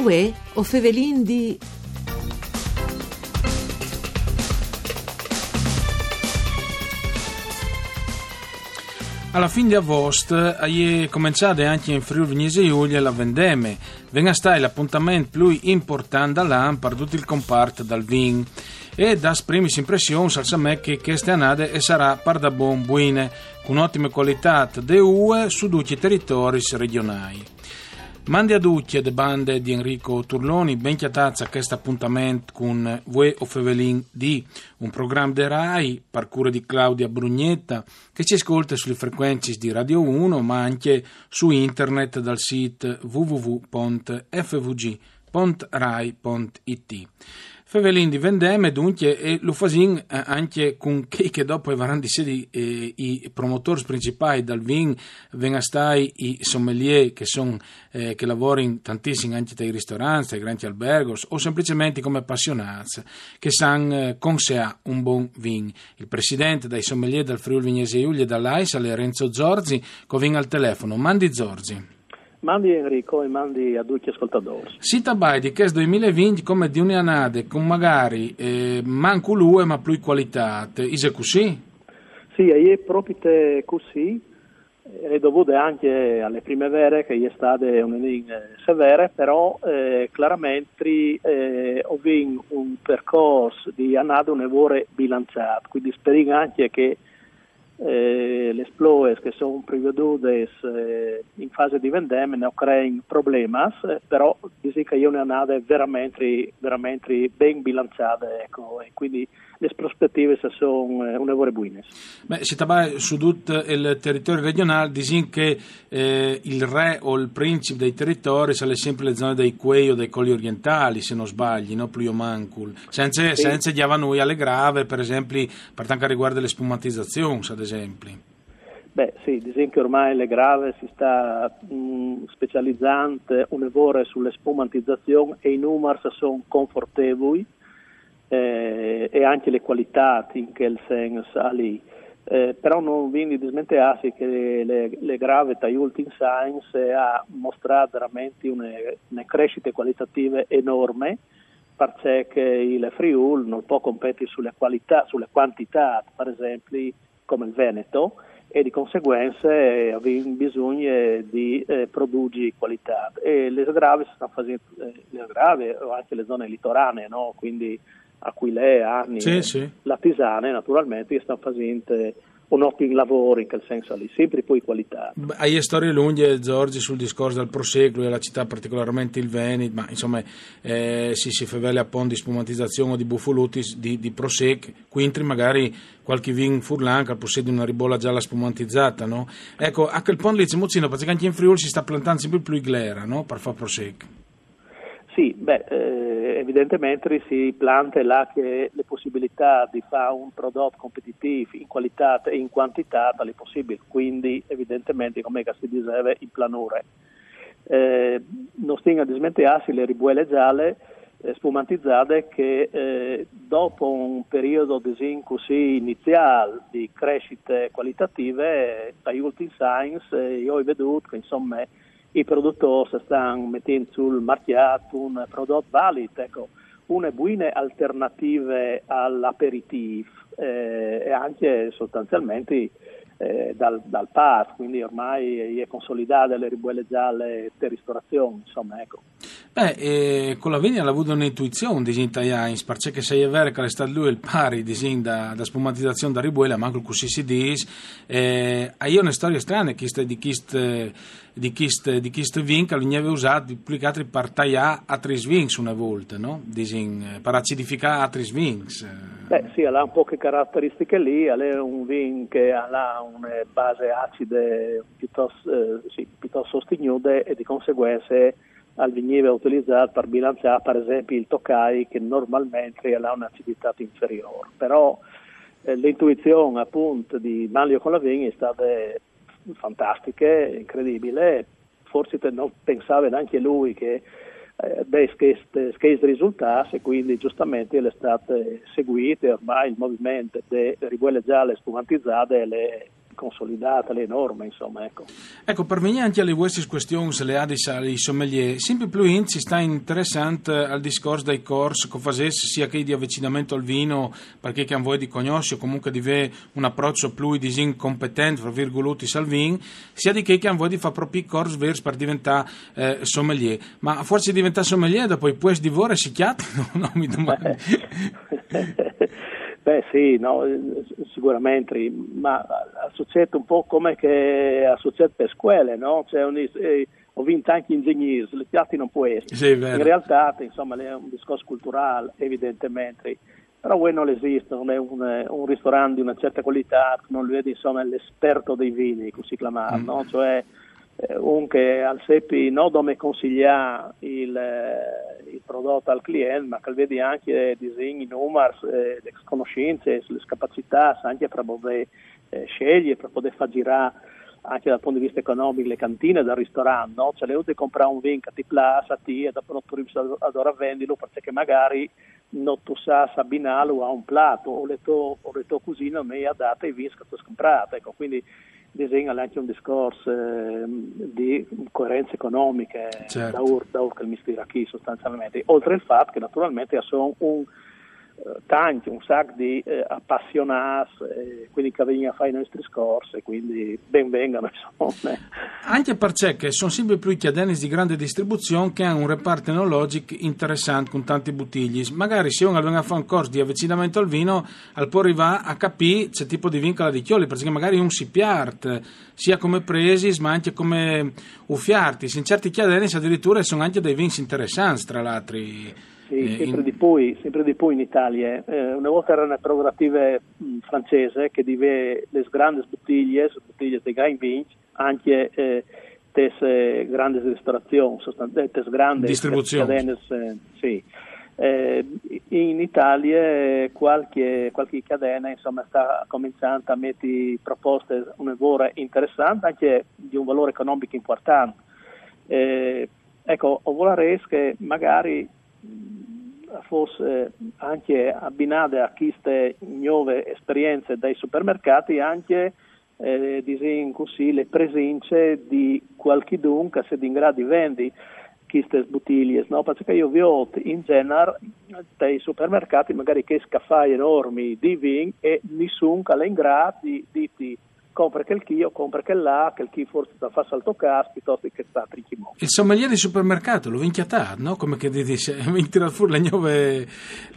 Uè, o Fevelin di... Alla fine di agosto è cominciata anche in Friuli Venezia Giulia la vendeme. Venga stai l'appuntamento più importante dall'anno per tutto il comparto dal vin. E da prime impressioni salsa me che queste annate e sarà par da buon buine con ottime qualità de UE su tutti i territori regionali. Mandi a tutti le bande di Enrico Turloni, ben chiatazza a questo appuntamento con Uè o Fevelin di un programma de RAI, per cura di Claudia Brugnetta, che ci ascolta sulle frequenze di Radio 1, ma anche su internet dal sito www.fvg.rai.it. Fevelin di vendeme dunque e lo fasin anche con che dopo varan di sedi i promotori principali dal vin venga stai i sommelier che sono che lavorano tantissimo anche dai ristoranti, dai grandi albergos o semplicemente come appassionati che sanno con sé un buon vin. Il presidente dai sommelier del Friuli Venezia Giulia e dall'AISA Lorenzo Zorzi che vin al telefono. Mandi Zorzi. Mandi Enrico e mandi a tutti gli ascoltatori. Si tabai di questo 2020 come di un'annata con magari manco lui ma più qualità. Is così? Sì, è proprio così. È dovuto anche alle primavere che è stata un'anno severa, però chiaramente ho vinto un percorso di annata un'evore bilanciato, quindi speriamo anche che le sploes che sono prevedute in fase di vendemmia non creano problemi, però dico che è un'annata veramente ben bilanciata, ecco, e quindi le prospettive sono un'evore buone. Si tratta su tutto il territorio regionale, dicono che il re o il principe dei territori sono sempre le zone dei Quei o dei Colli Orientali, se non sbagli, no? Più o mancul. Senza gli avanui alle grave, per esempio, per quanto riguarda le spumatizzazioni, ad esempio. Beh sì, dicono che ormai le grave si sta specializzando un'evore sulle spumatizzazioni e i numeri sono confortevoli. E anche le qualità in quel senso lì. Però non quindi dismentearsi che le grave dagli ultimi science ha mostrato veramente una crescita qualitativa enorme, perché il Friuli non può competere sulle qualità, sulle quantità, per esempio come il Veneto, e di conseguenza abbiamo bisogno di produrre qualità. E le grave si stanno facendo, le grave o anche le zone litoranee, no? Quindi Aquilea, Arni, sì. la Tisana naturalmente stanno facendo un ottimo lavoro in quel senso lì, sempre poi qualità. Hai storie lunghe, Giorgi, sul discorso del Prosecco e la città, particolarmente il Veneto, ma insomma si fa vele a pon di spumatizzazione o di buffolutis di Prosecco, quindi magari qualche vin furlan che possiede una ribolla gialla spumatizzata, no? Ecco, a quel punto lì c'è mozzino, perché anche in Friuli si sta plantando sempre più glera, no? Per fare Prosecco. Sì, evidentemente si planta là che le possibilità di fare un prodotto competitivo in qualità e in quantità tale possibile, quindi evidentemente come si diceva in planure. Non stiamo a dismentirsi le ribuelle gialle spumantizzate che dopo un periodo così iniziale di crescite qualitative, dagli ultimi science io ho veduto che insomma i produttori stanno mettendo sul mercato un prodotto valido, ecco, una buone alternative all'aperitivo e anche sostanzialmente dal pass, quindi ormai è consolidata le ribuelle gialle di ristorazione, insomma, ecco. Con la Vigna ha avuto un'intuizione di italiani, perché se è vero che è stato lui il pari da spumatizzazione da ribuella, ma anche così si dice, io una storia strana di chi vin che lui aveva usato più che altri per tagliare altri svins una volta, no? Per acidificare altri svins. Beh sì, ha un po' che caratteristiche lì, ha un vin che ha una base acide piuttosto sostenuta e di conseguenza al veniva utilizzato per bilanciare per esempio il Tokai che normalmente ha un'acidità inferiore, però l'intuizione appunto di Manlio con la Vigna è stata fantastica, incredibile, forse non pensava neanche lui che che risultasse, quindi giustamente le state seguite ormai il movimento delle ribuelle gialle spumantizzate consolidata, le norme, insomma, ecco. Ecco, per venire anche alle queste questioni, le adis ai sommelier, sempre più in si sta interessante al discorso dei corsi che facesse sia che di avvicinamento al vino, perché che a voi di conosci o comunque di avere un approccio più competente, fra virgolette, al vino, sia di che a voi di fare proprio corsi veri per diventare sommelier. Ma forse diventare sommelier dopo i puoi di vore si chiamano? No, mi domando. Beh sì, no, sicuramente, ma succede un po' come che succede per scuole, no? Cioè, ho vinto anche ingegneri, le piatti non può essere. Sì, in realtà, insomma, è un discorso culturale, evidentemente, però voi non esiste, non è un ristorante di una certa qualità, non vede, insomma, l'esperto dei vini, così chiamare, no? Cioè, che al SEPI non dove consiglia il prodotto al cliente, ma che vedi anche disegni, numeri, le conoscenze, le capacità, anche per poter scegliere, per poter far girare anche dal punto di vista economico le cantine del ristorante, no? Cioè le devi comprare un vino che ti piace a te e dopo non tu riesci ad ora venderlo perché magari non tu sai abbinarlo a un piatto o le tue cucine non è adatta ai vini che tu hai comprato, ecco, quindi disegna anche un discorso di coerenza economica, certo, da ur che mi ispira qui sostanzialmente, oltre al fatto che naturalmente sono un sacco di appassionati, quindi che vengono a fare i nostri scorsi, quindi ben vengano, insomma. Anche perché sono sempre più i chiadenis di grande distribuzione che hanno un reparto enologico interessante con tanti bottigli. Magari se uno viene a fare un corso di avvicinamento al vino, al può arrivare a capire c'è tipo di vincola di chioli, perché magari un si piart, sia come presis ma anche come uffiarti. In certi chiadenis addirittura sono anche dei vini interessanti, tra l'altro. Sì, sempre di più in Italia. Una volta era una prerogativa francese che divenne le grandi bottiglie dei grandi vini, anche le grandi ristorazioni, sostanzialmente grandi distribuzioni. Sì. In Italia qualche catena insomma sta cominciando a mettere proposte una vora interessante, anche di un valore economico importante. Ecco, ho vorrei che magari fosse anche abbinate a queste nuove esperienze dai supermercati anche così, le presenze di qualchidun che si è in grado di vendere queste bottiglie, no? Perché io vi ho in genere dai supermercati magari che scaffali enormi di vin e nessuno che è in grado di dirti compra quel chi o compra quel là, quel chi forse da fa salto cas piuttosto che sta trichimo. Il sommelier di supermercato lo vinchiatar, no? Come che dice, tirar fuori le nuove...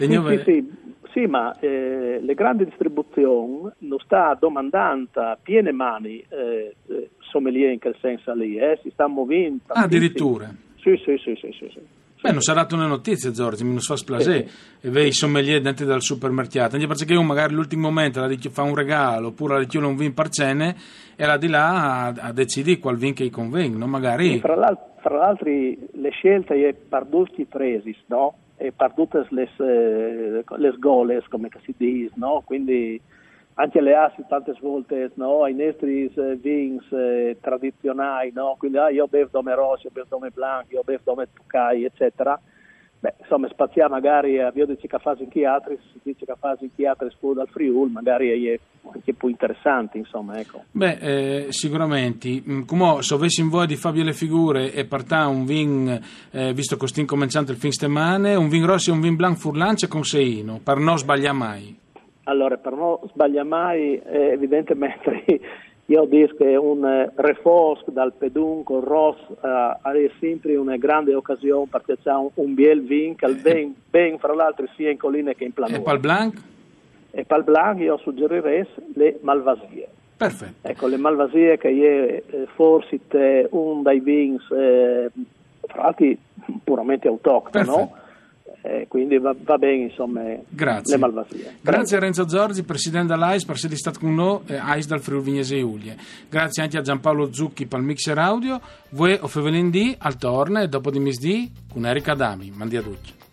Sì, ma le grandi distribuzioni non sta domandando piene mani sommelier in quel senso lì, si sta muovendo. Addirittura? Sì. Beh, non sarà una notizia, Giorgio, mi non fa splasè e vei i sommelier dentro dal supermercato, anche perché uno magari all'ultimo momento fa un regalo oppure la chiude un vin per cene e la di là a decidere qual vin che gli conviene, no? Magari... Sì, fra l'altro le scelte è parduti presi, no? E pardute le goles, come si dice, no? Quindi anche le assi tante volte, no? Ai nostri vins tradizionali, no? Quindi io bevo dome rosso, io bevo dome blanco, io bevo dome tucai, eccetera. Beh, insomma, spaziare magari a dice che fasi in chiatri, si dice che fasi in chiatri fuori dal Friuli, magari è anche più interessante, insomma, ecco. Beh, sicuramente. Come se avessi in voi di Fabio le figure e partà un vin, visto che stiamo cominciando il fin stemane, un vin rosso e un vin blanco furlance con seino, per non sbagliare mai. Allora, per non sbagliare mai, evidentemente io dico che un reforzo dal pedun con Ross è sempre una grande occasione perché c'è un bel vin che ben fra l'altro sia in colline che in pianura. E Pal Blanc? E Pal Blanc io suggerirei le malvasie. Perfetto. Ecco, le malvasie che è forse un dei vins fra l'altro puramente autoctono. Perfetto. Quindi va bene, insomma, grazie. Le malvasie. Grazie a Renzo Zorzi, presidente dell'AIS, per essere stato con noi, AIS dal Friuli Venezia Giulia. Grazie anche a Giampaolo Zucchi per il mixer audio. Voi o Fevelin D al torne e dopo di misdì con Erika Adami. Mandi a tutti.